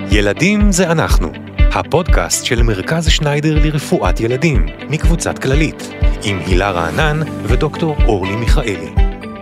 ילדים זה אנחנו, הפודקאסט של מרכז שניידר לרפואת ילדים, מקבוצת כללית, עם הילה רענן ודוקטור אורלי מיכאלי.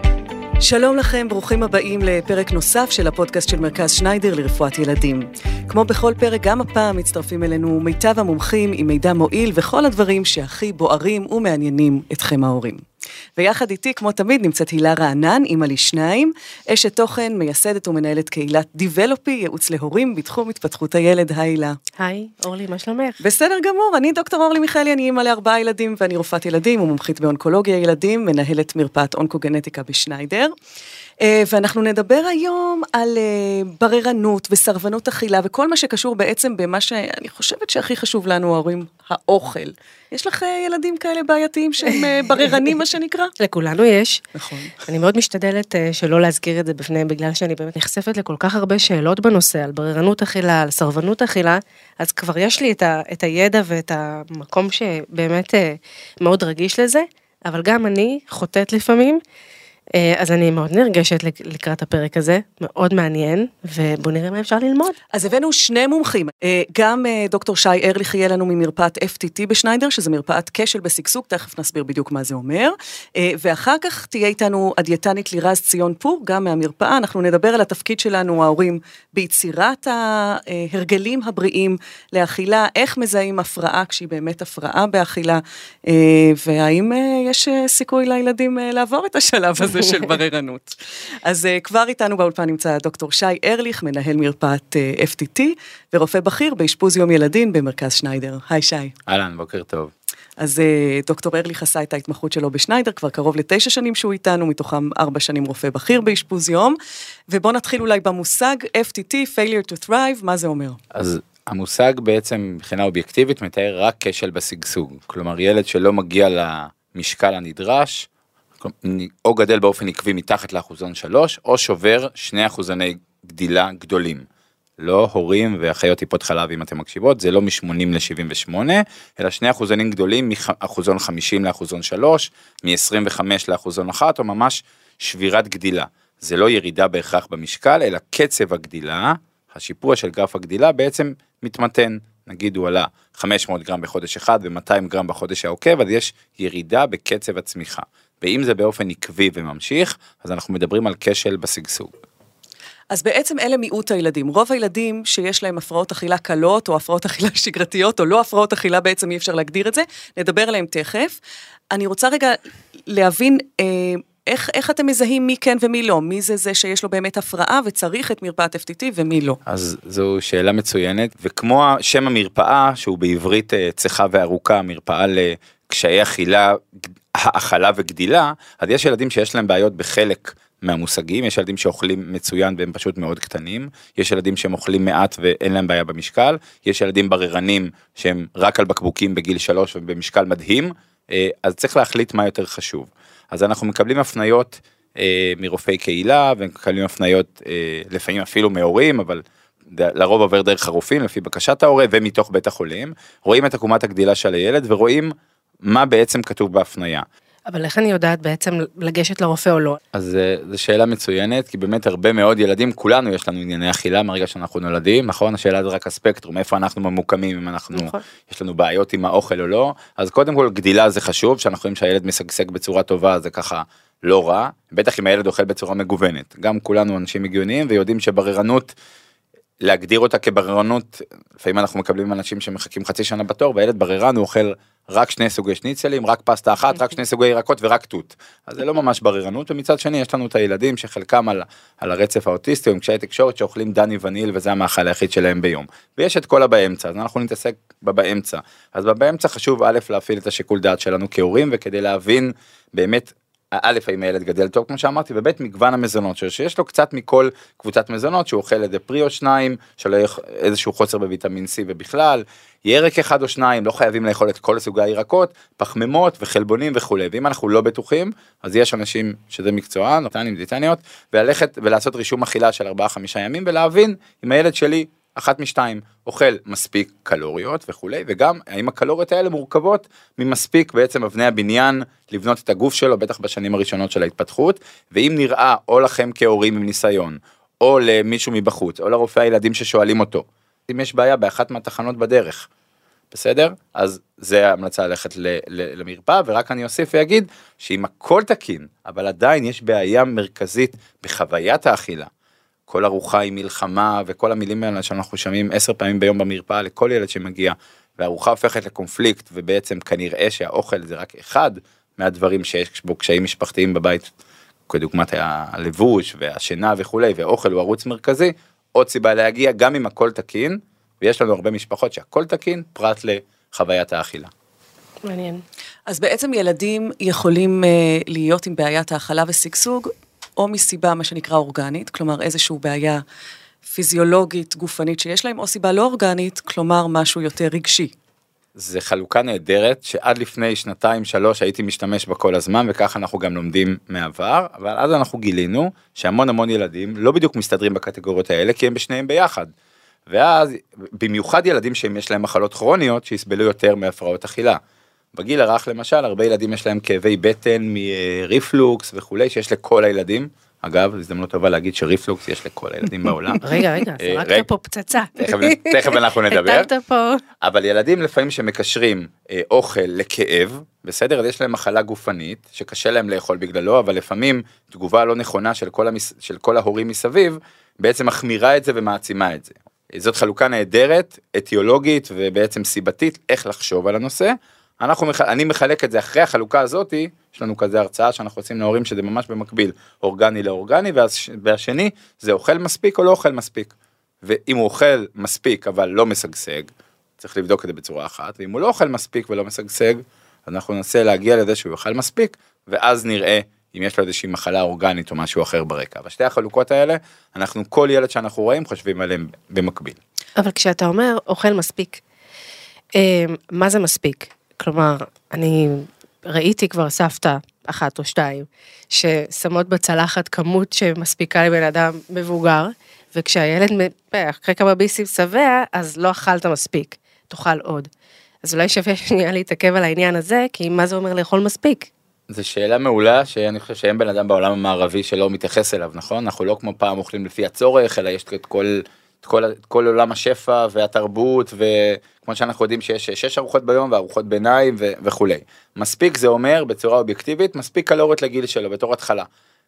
שלום לכם, ברוכים הבאים לפרק נוסף של הפודקאסט של מרכז שניידר לרפואת ילדים. כמו בכל פרק, גם הפעם מצטרפים אלינו מיטב המומחים עם מידע מועיל וכל הדברים שהכי בוערים ומעניינים אתכם ההורים. ויחד איתי, כמו תמיד, נמצאת הילה רענן, אמא לשניים, אשת תוכן, מייסדת ומנהלת קהילת דיבלופי, ייעוץ להורים בתחום התפתחות הילד. הילה. היי, אורלי, מה שלומך? בסדר גמור, אני דוקטור אורלי מיכאלי, אני אמא ל4 ילדים, ואני רופאת ילדים ומומחית באונקולוגיה ילדים, מנהלת מרפאת אונקוגנטיקה בשניידר. ואנחנו נדבר היום על בררנות וסרבנות אכילה, וכל מה שקשור בעצם במה שאני חושבת שהכי חשוב לנו, ההורים, האוכל. יש לך ילדים כאלה בעייתיים שהם בררנים, מה שנקרא? לכולנו יש. נכון. אני מאוד משתדלת שלא להזכיר את זה בפניהם, בגלל שאני באמת נחשפת לכל כך הרבה שאלות בנושא, על בררנות אכילה, על סרבנות אכילה, אז כבר יש לי את הידע ואת המקום שבאמת מאוד רגיש לזה, אבל גם אני חוטאת לפעמים, אז אני מאוד נרגשת לקראת הפרק הזה, מאוד מעניין, ובוא נראה מה אפשר ללמוד. אז הבאנו שני מומחים, גם דוקטור שי ארליך יהיה לנו ממרפאת FTT בשניידר, שזה מרפאת כשל בסגסוג, תכף נסביר בדיוק מה זה אומר, ואחר כך תהיה איתנו הדיאטנית לירז ציון פור, גם מהמרפאה, אנחנו נדבר על התפקיד שלנו, ההורים, ביצירת ההרגלים הבריאים לאכילה, איך מזהים הפרעה, כשהיא באמת הפרעה באכילה, והאם יש סיכוי לילדים לעבור את השלב הזה, של בררנות. אז כבר איתנו באולפן נמצא דוקטור שי ארליך, מנהל מרפאת FTT, ורופא בכיר באשפוז יום ילדים במרכז שניידר. היי שי. אהלן, בוקר טוב. אז דוקטור ארליך עשה את ההתמחות שלו בשניידר, כבר קרוב ל9 שנים שהוא איתנו, מתוכם 4 שנים רופא בכיר באשפוז יום, ובוא נתחיל אולי במושג FTT, failure to thrive, מה זה אומר? אז המושג בעצם מבחינה אובייקטיבית מתאר רק כשל בשגשוג, כלומר ילד שלא מגיע למשקל הנדרש, או גדל באופן עקבי מתחת לאחוזון 3, או שובר 2 אחוזוני גדילה גדולים. לא הורים ואחיות טיפות חלב, אם אתם מקשיבות, זה לא מ-80 ל-78, אלא 2 אחוזונים גדולים, מאחוזון 50 לאחוזון 3, מ-25 לאחוזון 1, או ממש שבירת גדילה. זה לא ירידה בהכרח במשקל, אלא קצב הגדילה, השיפוע של גרף הגדילה בעצם מתמתן. נגיד הוא עלה 500 גרם בחודש אחד ו200 גרם בחודש העוקב, אז יש ירידה בקצב הצמיחה. ואם זה באופן עקבי וממשיך, אז אנחנו מדברים על כשל בשגשוג. אז בעצם אלה מיעוט הילדים. רוב הילדים שיש להם הפרעות אכילה קלות, או הפרעות אכילה שגרתיות, או לא הפרעות אכילה, בעצם אי אפשר להגדיר את זה, נדבר עליהם תכף. אני רוצה רגע להבין איך אתם מזהים מי כן ומי לא, מי זה שיש לו באמת הפרעה וצריך את מרפאת FTT ומי לא. אז זו שאלה מצוינת, וכמו שם המרפאה, שהוא בעברית צחה וארוכה, מרפאה לקשיי אכילה, האכלה וגדילה, אז יש ילדים שיש להם בעיות בחלק מהמושגים, יש ילדים שאוכלים מצוין והם פשוט מאוד קטנים, יש ילדים שהם אוכלים מעט ואין להם בעיה במשקל, יש ילדים בררנים שהם רק על בקבוקים בגיל 3 ובמשקל מדהים, אז צריך להחליט מה יותר חשוב. אז אנחנו מקבלים הפניות מרופאי קהילה, ומקבלים הפניות לפעמים אפילו מהורים, אבל לרוב עובר דרך הרופאים, לפי בקשת ההורה ומתוך בית החולים, רואים את עקומת הגדילה של הילד, ורואים מה בעצם כתוב בהפניה. אבל איך אני יודעת בעצם לגשת לרופא או לא? אז זו שאלה מצוינת, כי באמת הרבה מאוד ילדים, כולנו יש לנו ענייני אכילה מהרגע שאנחנו נולדים, נכון? השאלה זה רק הספקטרום, איפה אנחנו ממוקמים, אם אנחנו, נכון. יש לנו בעיות עם האוכל או לא, אז קודם כל גדילה זה חשוב, שאנחנו רואים שהילד משגשג בצורה טובה, זה ככה לא רע, בטח אם הילד אוכל בצורה מגוונת, גם כולנו אנשים הגיוניים, ויודעים שבררנות, להגדיר אותה כבררנות, לפעמים אנחנו מקבלים אנשים שמחכים חצי שנה בתור, והילד בררן הוא אוכל רק 2 סוגי שניצלים, רק פסטה אחת, רק 2 סוגי ירקות ורק תות. אז זה לא ממש בררנות, ומצד שני יש לנו את הילדים שחלקם על הרצף האוטיסטי, עם קשיי תקשורת שאוכלים דני וניל, וזה המאכל היחיד שלהם ביום. ויש את כל הבאמצע, אז אנחנו נתעסק בבאמצע. אז בבאמצע חשוב א' להפעיל את השיקול דעת שלנו כהורים, וכדי להבין באמת א', האם הילד גדל טוב, כמו שאמרתי, וב' מגוון המזונות, שיש לו קצת מכל קבוצת מזונות, שהוא אוכל איזה פרי או 2, שלא יהיה איזשהו חוסר בוויטמין C ובכלל, ירק 1 או 2, לא חייבים לאכול את כל סוגי הירקות, פחמימות וחלבונים וכו'. ואם אנחנו לא בטוחים, אז יש אנשים שזה מקצוען, דיאטניות, וללכת ולעשות רישום אכילה של 4-5 ימים, ולהבין אם הילד שלי 1 מ-2 אוכל מספיק קלוריות וכו', וגם האם הקלוריות האלה מורכבות ממספיק בעצם אבני הבניין לבנות את הגוף שלו, בטח בשנים הראשונות של ההתפתחות, ואם נראה או לכם כהורים עם ניסיון, או למישהו מבחוץ, או לרופא הילדים ששואלים אותו, אם יש בעיה באחת מהתחנות בדרך, בסדר? אז זה ההמלצה ללכת למרפאה, ורק אני אוסיף ויגיד שאם הכל תקין, אבל עדיין יש בעיה מרכזית בחוויית האכילה, כל ארוחה היא מלחמה, וכל המילים האלה שאנחנו שומעים 10 פעמים ביום במרפאה לכל ילד שמגיע, והארוחה הופכת לקונפליקט, ובעצם כנראה שהאוכל זה רק אחד מהדברים שיש בו קשיים משפחתיים בבית, כדוגמת הלבוש והשינה וכולי, והאוכל הוא ערוץ מרכזי, עוד סיבה להגיע גם אם הכל תקין, ויש לנו הרבה משפחות שהכל תקין, פרט לחוויית האכילה. מעניין. אז בעצם ילדים יכולים להיות עם בעיית האכלה וסגסוג, או מסיבה מה שנקרא אורגנית, כלומר איזושהי בעיה פיזיולוגית, גופנית שיש להם, או סיבה לא אורגנית, כלומר משהו יותר רגשי. זה חלוקה נהדרת, שעד לפני 2-3 הייתי משתמש בה כל הזמן, וככה אנחנו גם לומדים מעבר, אבל אז אנחנו גילינו שהמון ילדים לא בדיוק מסתדרים בקטגוריות האלה, כי הם בשניהם ביחד. ואז במיוחד ילדים שיש להם מחלות כרוניות, שיסבלו יותר מהפרעות אכילה. בגיל הרך למשל, הרבה ילדים יש להם כאבי בטן מריפלוקס וכולי, שיש לכל הילדים. אגב, זו הזדמנות טובה להגיד שריפלוקס יש לכל הילדים בעולם. רגע, זרקת פה פצצה. תכף אנחנו נדבר. הטלת פה. אבל ילדים לפעמים שמקשרים אוכל לכאב, בסדר, אז יש להם מחלה גופנית, שקשה להם לאכול בגללו, אבל לפעמים תגובה לא נכונה של כל ההורים מסביב, בעצם מחמירה את זה ומעצימה את זה. זאת חלוקה נהדרת, אתיולוגית ובעצם סיבתית, איך לחשוב על הנושא. אני מחלק את זה אחרי החלוקה הזאת, יש לנו כזה הרצאה שאנחנו עושים להורים שזה ממש במקביל, אורגני לאורגני, והשני זה אוכל מספיק או לא אוכל מספיק. ואם הוא אוכל מספיק אבל לא משגשג, צריך לבדוק את זה בצורה אחת, ואם הוא לא אוכל מספיק ולא משגשג, אז אנחנו ננסה להגיע לזה שהוא יאכל מספיק, ואז נראה אם יש לו איזושהי מחלה אורגנית או משהו אחר ברקע. בשתי החלוקות האלה, כל ילד שאנחנו רואים חושבים עליהם במקביל. אבל כשאתה אומר אוכל מספיק, מה זה מספיק? כלומר, אני ראיתי כבר סבתא 1 או 2, ששמות בצלחת כמות שמספיקה לבן אדם מבוגר, וכשהילד אחרי כמה ביסים שבע, אז לא אכלת מספיק, תאכל עוד. אז אולי שווה שנייה להתעכב על העניין הזה, כי מה זה אומר לאכול מספיק? זו שאלה מעולה, שאני חושב שאין בן אדם בעולם המערבי שלא מתייחס אליו, נכון? אנחנו לא כמו פעם אוכלים לפי הצורך, אלא יש את כל עולם השפע והתרבות, וכמו שאנחנו יודעים שיש 6 ארוחות ביום וארוחות ביניים וכולי. מספיק זה אומר בצורה אובייקטיבית, מספיק קלוריות לגיל שלו בתור התחלה.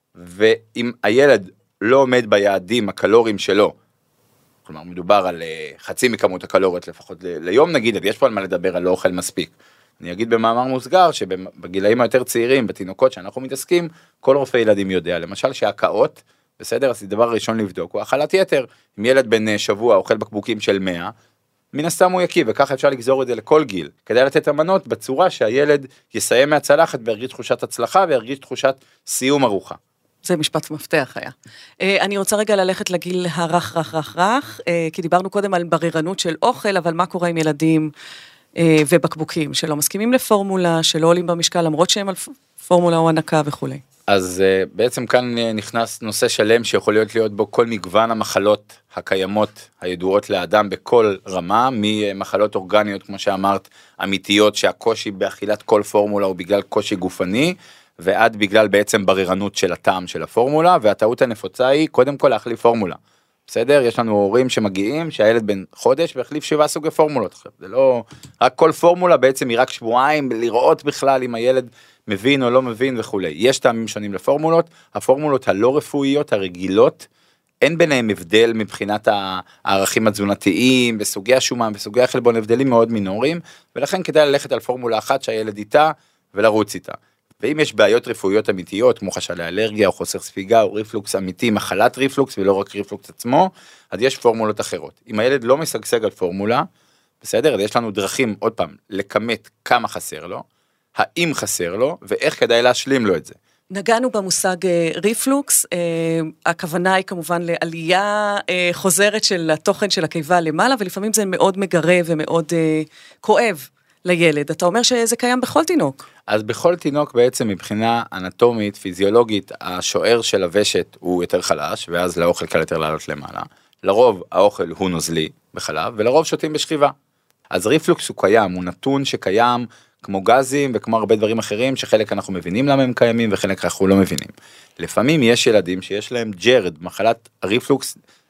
ואם הילד לא עומד ביעדים הקלוריים שלו, כלומר מדובר על חצי מכמות הקלוריות לפחות ליום נגיד, אז יש פה על מה לדבר על לא אוכל מספיק. אני אגיד במאמר מוסגר שבגילאים היותר צעירים, בתינוקות שאנחנו מתעסקים, כל רופא ילדים יודע, למשל שהקאות, בסדר, אז דבר ראשון לבדוק, הוא אכלת יתר, אם ילד בן שבוע אוכל בקבוקים של 100, מן הסתם הוא יקיא, וככה אפשר לגזור את זה לכל גיל, כדי לתת המנות בצורה שהילד יסיים מהצלחת וירגיש תחושת הצלחה, וירגיש תחושת סיום ארוחה. זה משפט מפתח היה. אני רוצה רגע ללכת לגיל הרך, כי דיברנו קודם על בררנות של אוכל, אבל מה קורה עם ילדים ובקבוקים, שלא מסכימים לפורמולה, שלא עולים במשקל, למרות שהם על פורמולה או הנקה וכו'. אז בעצם כאן נכנס נושא שלם שיכול להיות בו כל מגוון המחלות הקיימות הידועות לאדם בכל רמה, ממחלות אורגניות כמו שאמרת, אמיתיות שהקושי באכילת כל פורמולה הוא בגלל קושי גופני, ועד בגלל בעצם בררנות של הטעם של הפורמולה, והטעות הנפוצה היא קודם כל להחליף פורמולה. בסדר? יש לנו הורים שמגיעים שהילד בן חודש והחליף 7 סוגי פורמולות. זה לא, רק כל פורמולה בעצם היא רק שבועיים לראות בכלל אם הילד מבין או לא מבין וכו'. יש טעמים שונים לפורמולות, הפורמולות הלא רפואיות, הרגילות, אין ביניהם הבדל מבחינת הערכים התזונתיים, בסוגי השומן, בסוגי החלבון, הבדלים מאוד מינוריים, ולכן כדאי ללכת על פורמולה אחת שהילד איתה ולרוץ איתה. ואם יש בעיות רפואיות אמיתיות, כמו חשל לאלרגיה או חוסר ספיגה או ריפלוקס אמיתי, מחלת ריפלוקס ולא רק ריפלוקס עצמו, אז יש פורמולות אחרות. אם הילד לא משגשג על פורמולה, בסדר, אז יש לנו דרכים, עוד פעם, לכמת כמה חסר לו, האם חסר לו, ואיך כדאי להשלים לו את זה. נגענו במושג ריפלוקס, הכוונה היא כמובן לעלייה חוזרת של התוכן של הקיבה למעלה, ולפעמים זה מאוד מגרה ומאוד כואב לילד. אתה אומר שזה קיים בכל תינוק. אז בכל תינוק בעצם מבחינה אנטומית, פיזיולוגית, השוער של הוושט הוא יותר חלש, ואז לאוכל קל יותר לעלות למעלה. לרוב האוכל הוא נוזלי בחלב, ולרוב שותים בשכיבה. אז ריפלוקס הוא קיים, הוא נתון שקיים כמו גזים וכמו הרבה דברים אחרים, שחלק אנחנו מבינים למה הם קיימים, וחלק אנחנו לא מבינים. לפעמים יש ילדים שיש להם ג'רד, מחלת הריפלוקס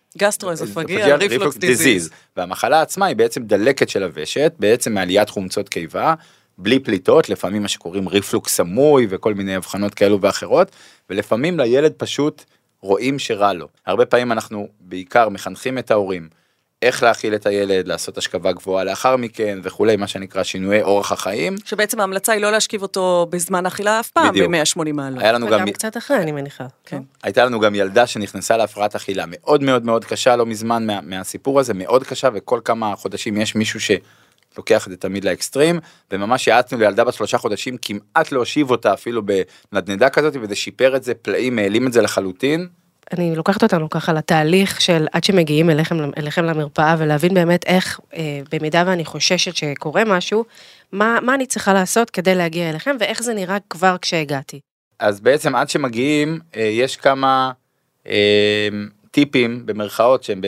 גסטרואזופגיה, ריפלוקס דיזיז. והמחלה עצמה היא בעצם דלקת של הוושט, בעצם מעליית חומצות קיבה, בלי פליטות, לפעמים מה שקוראים ריפלוקס סמוי וכל מיני הבחנות כאלו ואחרות, ולפעמים לילד פשוט רואים שרע לו. הרבה פעמים אנחנו בעיקר מחנכים את ההורים, איך להכיל את הילד, לעשות השכבה גבוהה לאחר מכן וכולי, מה שנקרא שינויי אורח החיים. שבעצם ההמלצה היא לא להשכיב אותו בזמן אכילה אף פעם, ב-180 מעלות. וגם קצת אחרי, אני מניחה. כן. הייתה לנו גם ילדה שנכנסה להפרעת אכילה, מאוד מאוד מאוד קשה, לא מזמן מהסיפור הזה, מאוד קשה, וכל כמה חודשים יש מישהו שלוקח את זה תמיד לאקסטרים, וממש יעצנו לילדה בת 3 חודשים, כמעט להושיב אותה אפילו בנדנדה כזאת, וזה שיפר את זה, פלאים, מעלים את זה לחלוטין. אני לוקחת אותנו ככה לתהליך של עד שמגיעים אליכם למרפאה, ולהבין באמת איך, במידה ואני חוששת שקורה משהו, מה אני צריכה לעשות כדי להגיע אליכם, ואיך זה נראה כבר כשהגעתי. אז בעצם עד שמגיעים, יש כמה טיפים במרכאות, שהם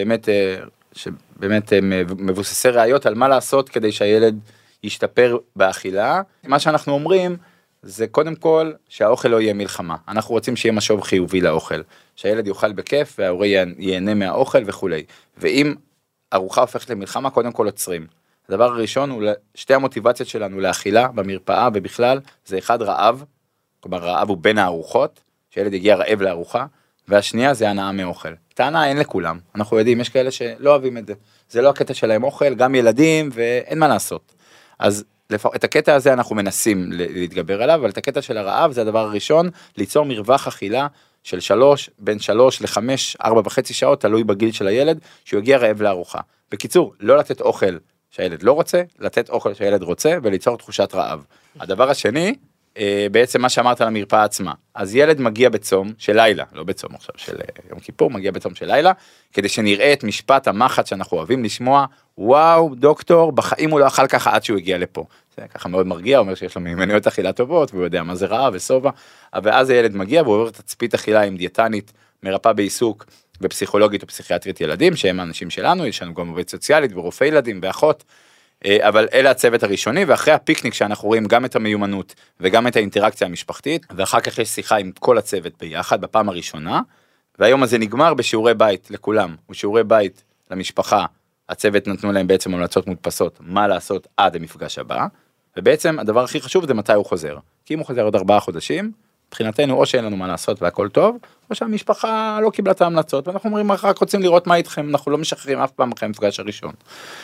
באמת מבוססי ראיות על מה לעשות כדי שהילד ישתפר באכילה. מה שאנחנו אומרים, זה קודם כל שהאוכל לא יהיה מלחמה. אנחנו רוצים שיהיה משוב חיובי לאוכל. שהילד יאכל בכיף וההורה ייהנה מהאוכל וכולי. ואם ארוחה הופכת למלחמה, קודם כל עוצרים. הדבר הראשון הוא שתי המוטיבציות שלנו לאכילה במרפאה ובכלל, זה אחד רעב, כלומר רעב הוא בין הארוחות, שהילד יגיע רעב לארוחה, והשנייה זה הנאה מאוכל. את ההנאה אין לכולם. אנחנו יודעים, יש כאלה שלא אוהבים את זה. זה לא הקטע שלהם אוכל, גם ילדים ואין מה לעשות. אז את הקטע הזה אנחנו מנסים להתגבר עליו, אבל את הקטע של הרעב זה הדבר הראשון, ליצור מרווח אכילה של בין 3 ל-5, 4.5 שעות, תלוי בגיל של הילד, שהוא יגיע רעב לארוחה. בקיצור, לא לתת אוכל שהילד לא רוצה, לתת אוכל שהילד רוצה, וליצור תחושת רעב. הדבר השני, בעצם מה שאמרת על המרפאה עצמה, אז ילד מגיע בצום של לילה, לא בצום עכשיו של יום כיפור, מגיע בצום של לילה, כדי שנראה את משפט המחץ שאנחנו אוהבים לשמוע, וואו, דוקטור, בחיים הוא לא אכל ככה עד שהוא הגיע לפה. זה ככה מאוד מרגיע, אומר שיש לו מיומנויות אכילה טובות, והוא יודע מה זה רעב וסובה, ואז הילד מגיע והוא עובר את תצפית אכילה עם דיאטנית, מרפאה בעיסוק, ופסיכולוגית ופסיכיאטרית ילדים, שהם האנשים שלנו, יש לנו גם עובד סוציאלית ורופא ילדים ואחות, אבל אלה הצוות הראשוני, ואחרי הפיקניק שאנחנו רואים גם את המיומנות וגם את האינטראקציה המשפחתית, ואחר כך יש שיחה עם כל הצוות ביחד בפעם הראשונה, והיום הזה נגמר בשיעורי בית לכולם, ושיעורי בית למשפחה, הצוות נתנו להם בעצם המלצות מודפסות, מה לעשות עד המפגש הבא, ובעצם הדבר הכי חשוב זה מתי הוא חוזר, כי אם הוא חוזר עוד 4 חודשים, מבחינתנו או שאין לנו מה לעשות והכל טוב, או שהמשפחה לא קיבלה את ההמלצות, ואנחנו אומרים רק רוצים לראות מה איתכם, אנחנו לא משחררים אף פעם אחרי המפגש הראשון.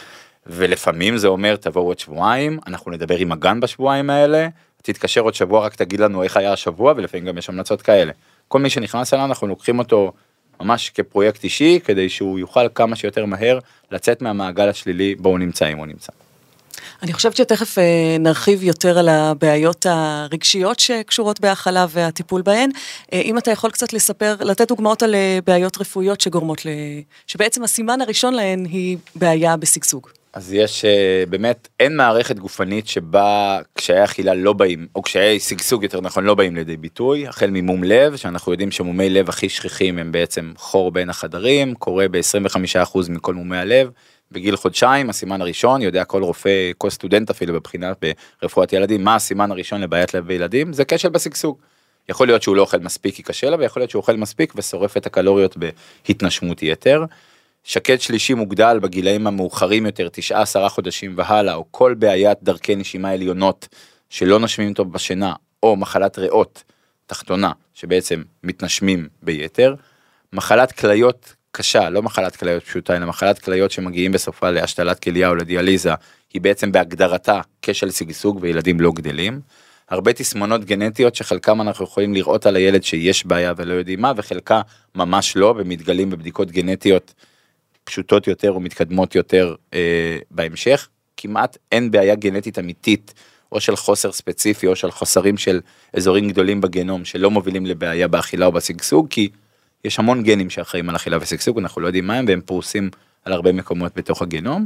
ולפעמים זה אומר תבואו עוד שבועיים, אנחנו נדבר עם הגן בשבועיים האלה, תתקשר עוד שבוע רק תגיד לנו איך היה השבוע, ולפעמים גם יש המלצות כאלה. כל מי שנכנס אלינו אנחנו לוקחים אותו ממש כפרויקט אישי, כדי שהוא יוכל כמה שיותר מהר לצאת מהמעגל השלילי בו הוא נמצא אם הוא נמצא. אני חושבת שתכף נרחיב יותר על הבעיות הרגשיות שקשורות בהאכלה והטיפול בהן. אם אתה יכול קצת לספר, לתת דוגמאות על בעיות רפואיות שגורמות שבעצם הסימן הראשון להן היא בעיה בסגסוג. אז יש באמת, אין מערכת גופנית שבה קשיי אכילה לא באים, או קשיי סגסוג יותר נכון לא באים לידי ביטוי, החל ממום לב, שאנחנו יודעים שמומי לב הכי שכיחים הם בעצם חור בין החדרים, קורה ב-25% מכל מומי הלב, בגיל חודשיים, הסימן הראשון, יודע כל רופא, כל סטודנט אפילו בבחינה ברפואת ילדים, מה הסימן הראשון לבעיית לב וילדים? זה כשל בסגסוג. יכול להיות שהוא לא אוכל מספיק כי קשה לו, ויכול להיות שהוא אוכל מספיק ושורף את הקלוריות בהתנשמות יתר. שקד שלישי מוגדל בגילאים המאוחרים יותר, 9-10 חודשים והלאה, או כל בעיית דרכי נשימה עליונות שלא נשמים טוב בשינה, או מחלת ריאות תחתונה, שבעצם מתנשמים ביתר. מחלת כליות קשה, לא מחלת כליות פשוטה, אלא מחלת כליות שמגיעים בסופה להשתלת כליה או לדיאליזה, היא בעצם בהגדרתה כשל סגסוג וילדים לא גדלים. הרבה תסמונות גנטיות שחלקם אנחנו יכולים לראות על הילד שיש בעיה ולא יודעים מה, וחלקה ממש לא, ומתגלים בבדיקות גנטיות פשוטות יותר או מתקדמות יותר בהמשך. כמעט אין בעיה גנטית אמיתית, או של חוסר ספציפי, או של חוסרים של אזורים גדולים בגנום, שלא מובילים לבעיה באכילה או בסגסוג, כי יש המון גנים שאחראים על אכילה וסגסוג, אנחנו לא יודעים מה הם, והם פרוסים על הרבה מקומות בתוך הגנום.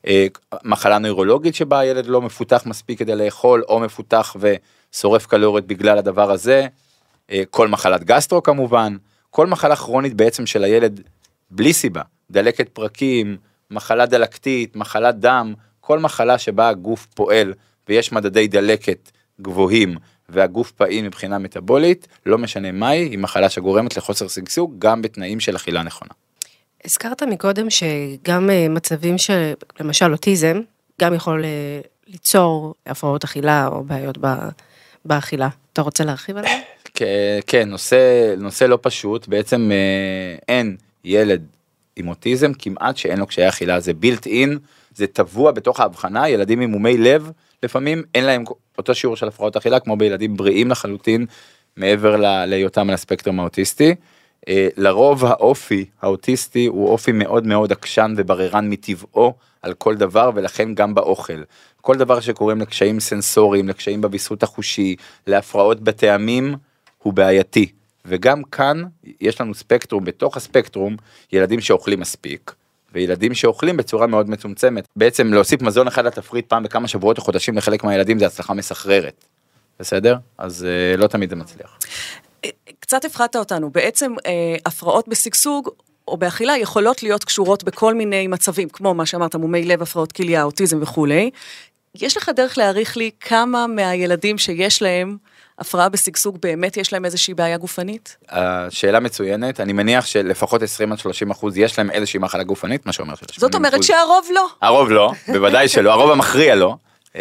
מחלה נוירולוגית שבה הילד לא מפותח מספיק כדי לאכול, או מפותח ושורף קלוריות בגלל הדבר הזה. כל מחלת גסטרו כמובן, כל מחלה כרונית בעצם של הילד בלי סיבה, דלקת פרקים, מחלה דלקתית, מחלת דם, כל מחלה שבה הגוף פועל ויש מדדי דלקת גבוהים, והגוף פעיל מבחינה מטאבולית, לא משנה מהי, היא מחלה שגורמת לחוסר סגסוג, גם בתנאים של אכילה נכונה. הזכרת מקודם שגם מצבים שלמשל אוטיזם, גם יכול ליצור הפרעות אכילה או בעיות באכילה. אתה רוצה להרחיב על זה? כן, נושא לא פשוט, בעצם אין ילד עם אוטיזם, כמעט שאין לו קשיי אכילה, זה built in, זה טבוע בתוך ההבחנה, ילדים עם מומי לב, לפעמים אין להם אותו שיעור של הפרעות אכילה, כמו בילדים בריאים לחלוטין, מעבר להיותם על הספקטרום האוטיסטי. לרוב האופי האוטיסטי הוא אופי מאוד מאוד עקשן ובררן מטבעו על כל דבר, ולכן גם באוכל. כל דבר שקוראים לקשיים סנסוריים, לקשיים בביסות החושי, להפרעות בטעמים, הוא בעייתי. וגם כאן יש לנו ספקטרום, בתוך הספקטרום, ילדים שאוכלים מספיק, וילדים שאוכלים בצורה מאוד מצומצמת. בעצם להוסיף מזון אחד לתפריט פעם בכמה שבועות או חודשים לחלק מהילדים, זה הצלחה מסחררת. בסדר? אז לא תמיד זה מצליח. קצת הפחדת אותנו, בעצם הפרעות בסגסוג או באכילה יכולות להיות קשורות בכל מיני מצבים, כמו מה שאמרת, מומי לב, הפרעות כליה, אוטיזם וכולי. יש לך דרך להעריך לי כמה מהילדים שיש להם הפרעה בסגסוג, באמת יש להם איזושהי בעיה גופנית? השאלה מצוינת, אני מניח שלפחות 20-30% יש להם איזושהי מחלה גופנית, מה שאומר של 80%. זאת אומרת שהרוב לא. הרוב לא, בוודאי שלא, הרוב המכריע לא.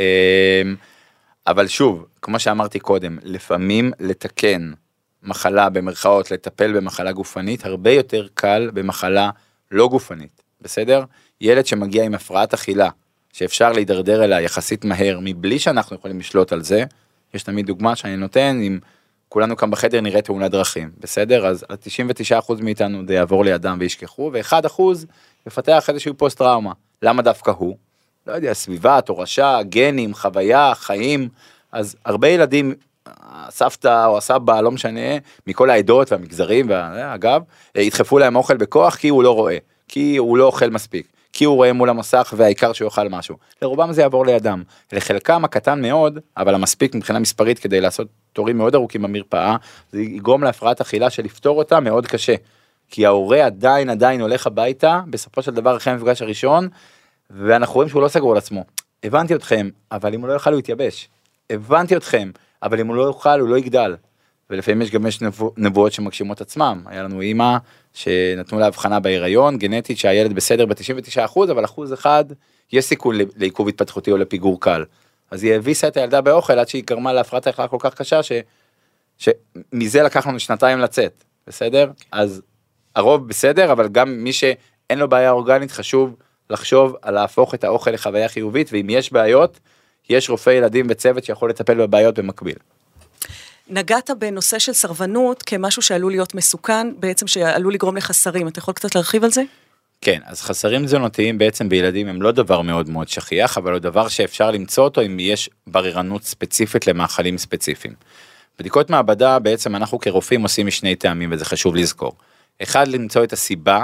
אבל שוב, כמו שאמרתי קודם, לפעמים לתקן מחלה במרכאות, לטפל במחלה גופנית, הרבה יותר קל במחלה לא גופנית, בסדר? ילד שמגיע עם הפרעת אכילה, שאפשר להידרדר אליה יחסית מהר, מבלי שאנחנו יכולים לשלוט על זה, יש תמיד דוגמה שאני נותן, אם כולנו כאן בחדר נראה תאונת דרכים, בסדר? אז 99% מאיתנו זה יעבור לידם וישכחו, ו1% יפתח איזשהו פוסט טראומה. למה דווקא הוא? לא יודע, סביבה, תורשה, גנים, חוויה, חיים, אז הרבה ילדים, הסבתא או הסבא, לא משנה, מכל העדות והמגזרים, אגב, ידחפו להם אוכל בכוח כי הוא לא רואה, כי הוא לא אוכל מספיק, כי הוא רואה מול המסך והעיקר שהוא יאכל משהו. לרובם זה יעבור לידם. לחלקם הקטן מאוד, אבל המספיק מבחינה מספרית כדי לעשות תורים מאוד ארוכים במרפאה, זה יגרום להפרעת אכילה שלפתור אותה מאוד קשה. כי ההורה עדיין הולך הביתה, בסופו של דבר אחרי המפגש הראשון, ואנחנו רואים שהוא לא סגור על עצמו. הבנתי אתכם, אבל אם הוא לא יאכל הוא יתייבש. הבנתי אתכם, אבל אם הוא לא יאכל הוא לא יגדל. ולפעמים יש גם נבואות שמגשימות עצמם. היה לנו אימא שנתנו לה הבחנה בהיריון, גנטית שהילד בסדר ב-99%, אבל 1% יש סיכון לעיכוב התפתחותי או לפיגור קל. אז היא הביסה את הילדה באוכל עד שהיא גרמה להפרעת אכילה כל כך קשה, שמזה לקח לנו 2 לצאת. בסדר? אז הרוב בסדר, אבל גם מי שאין לו בעיה אורגנית חשוב לחשוב על להפוך את האוכל לחוויה חיובית, ואם יש בעיות, יש רופא ילדים וצוות שיכול לטפל בבעיות במקביל. נגעת בנושא של סרבנות כמשהו שעלול להיות מסוכן, בעצם שעלול לגרום לחסרים. אתה יכול קצת להרחיב על זה? כן, אז חסרים תזונתיים בעצם בילדים הם לא דבר מאוד מאוד שכיח, אבל הוא דבר שאפשר למצוא אותו אם יש בררנות ספציפית למאכלים ספציפיים. בדיקות מעבדה בעצם אנחנו כרופאים עושים משני טעמים, וזה חשוב לזכור. אחד, למצוא את הסיבה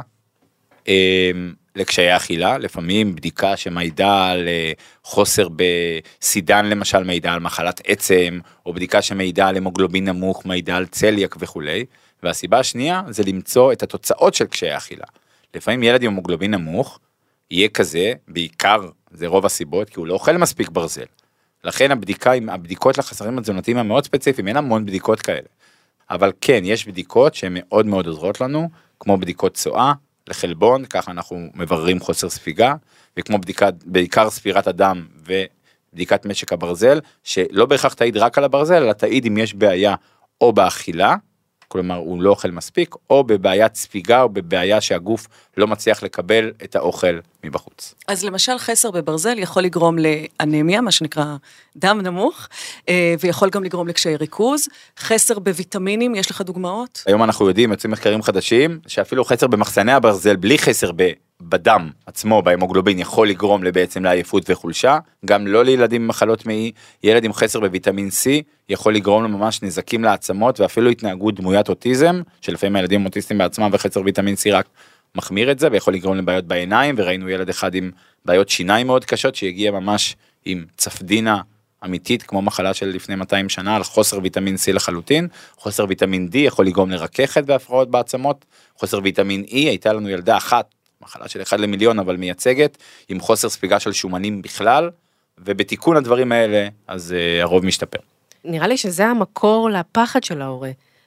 לקשיי האכילה, לפעמים בדיקה שמעידה על חוסר בסידן למשל, מעידה על מחלת עצם, או בדיקה שמעידה על המוגלובין נמוך, מעידה על צליאק וכו'. והסיבה השנייה זה למצוא את התוצאות של קשיי האכילה. לפעמים ילד עם המוגלובין נמוך יהיה כזה, בעיקר זה רוב הסיבות, כי הוא לא אוכל מספיק ברזל. לכן הבדיקות לחסרים התזונתיים הם מאוד ספציפיים, אין המון בדיקות כאלה. אבל כן, יש בדיקות שהן מאוד מאוד עוזרות לנו, כמו בדיקות צואה, לחלבון, ככה אנחנו מבררים חוסר ספיגה, וכמו בעיקר ספירת הדם ובדיקת משק הברזל, שלא בהכרח תעיד רק על הברזל, אלא תעיד אם יש בעיה או באכילה, כלומר הוא לא אוכל מספיק, או בבעיית ספיגה, או בבעיה שהגוף לא מצליח לקבל את האוכל מבחוץ. אז למשל חסר בברזל יכול לגרום לאנמיה, מה שנקרא דם נמוך, ויכול גם לגרום לקשיי ריכוז. חסר בוויטמינים, יש לך דוגמאות? היום אנחנו יודעים, יוצאים מחקרים חדשים, שאפילו חסר במחסני הברזל, בלי חסר בדם עצמו, בהמוגלובין, יכול לגרום בעצם לעייפות וחולשה, גם לא לילדים עם מחלות מעי, ילד עם חסר בוויטמין C, יכול לגרום לממש נזקים לעצמות, ואפילו התנהגות דמוית אוטיזם, שלפעמים הילדים אוטיסטים בעצמם, וחסר ויטמין C רק מחמיר את זה, ויכול לגרום לבעיות בעיניים, וראינו ילד אחד עם בעיות שיניים מאוד קשות, שהגיע ממש עם צפדינה אמיתית, כמו מחלה של לפני 200 שנה, על חוסר ויטמין C לחלוטין, חוסר ויטמין D יכול לגרום לרככת והפרעות בעצמות, חוסר ויטמין E, הייתה לנו ילדה אחת, מחלה של 1 למיליון, אבל מייצגת, עם חוסר ספיגה של שומנים בכלל, ובתיקון הדברים האלה, אז הרוב משתפר. נראה לי שזה המקור לפחד של ההורה.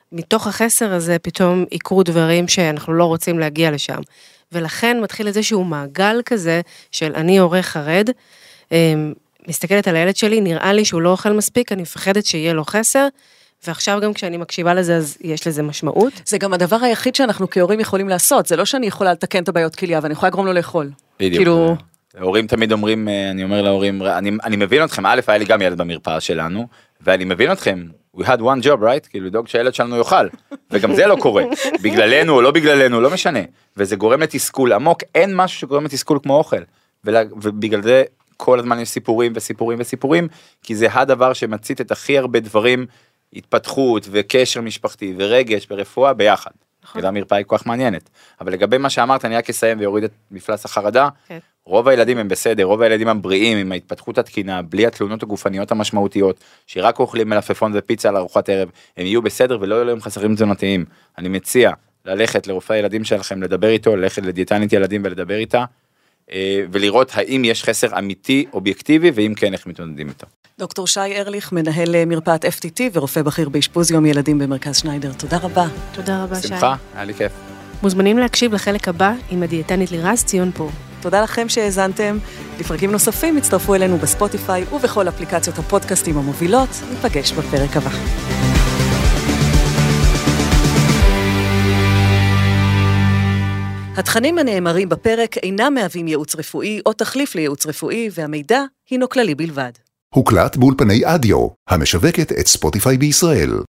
מתוך החסר הזה פתאום יקרו דברים שאנחנו לא רוצים להגיע לשם. ולכן מתחיל איזשהו מעגל כזה של אני הורה חרד, מסתכלת על הילד שלי, נראה לי שהוא לא אוכל מספיק, אני מפחדת שיהיה לו חסר, ועכשיו גם כשאני מקשיבה לזה, אז יש לזה משמעות. זה גם הדבר היחיד שאנחנו כהורים יכולים לעשות, זה לא שאני יכולה לתקן את הבעיות כליה, ואני יכולה לגרום לו לאכול. בדיוק. כאילו... הורים תמיד אומרים, אני אומר להורים, אני מבין אתכם, א', היה לי גם ילד במרפאה שלנו, ואני מבין אתכם, we had one job, right? כאילו לדאוג שהילד שלנו יאכל, וגם זה לא קורה, בגללנו או לא בגללנו, לא משנה, וזה גורם לתסכול עמוק, אין משהו שגורם לתסכול כמו אוכל, ובגלל זה כל הזמן יש סיפורים וסיפורים וסיפורים, כי זה הדבר שמצית את הכי הרבה דברים, התפתחות וקשר משפחתי ורגש ורפואה ביחד. נכון. המרפאה היא כל כך מעניינת, אבל לגבי מה שאמרת, אני רק אסיים ויוריד את מפלס החרדה, כן. רוב הילדים הם בסדר, רוב הילדים הבריאים, עם ההתפתחות התקינה, בלי התלונות הגופניות המשמעותיות, שרק אוכלים מלפפון ופיצה על ארוחת ערב, הם יהיו בסדר ולא יהיו להם חסרים תזונתיים. אני מציע ללכת לרופא הילדים שלכם, לדבר איתו, ללכת לדיאטנית ילדים ולדבר איתה, ולראות האם יש חסר אמיתי, אובייקטיבי, ואם כן, איך מתמודדים איתו. דוקטור שי ארליך, מנהל מרפאת FTT ורופא בכיר באשפוז יום ילדים במרכז שניידר. תודה רבה. תודה רבה, שי. שמחה, היה לי כיף. מוזמנים להקשיב לחלק הבא עם הדיאטנית לירז ציון-פור. תודה לכם שהאזנתם. לפרקים נוספים הצטרפו אלינו בספוטיפיי ובכל אפליקציות הפודקאסטים המובילות. ניפגש בפרק הבא. התכנים הנאמרים בפרק אינם מהווים ייעוץ רפואי או תחליף לייעוץ רפואי, והמידע הינו כללי בלבד. הוקלט באולפני אדיו, המשווקת את ספוטיפיי בישראל.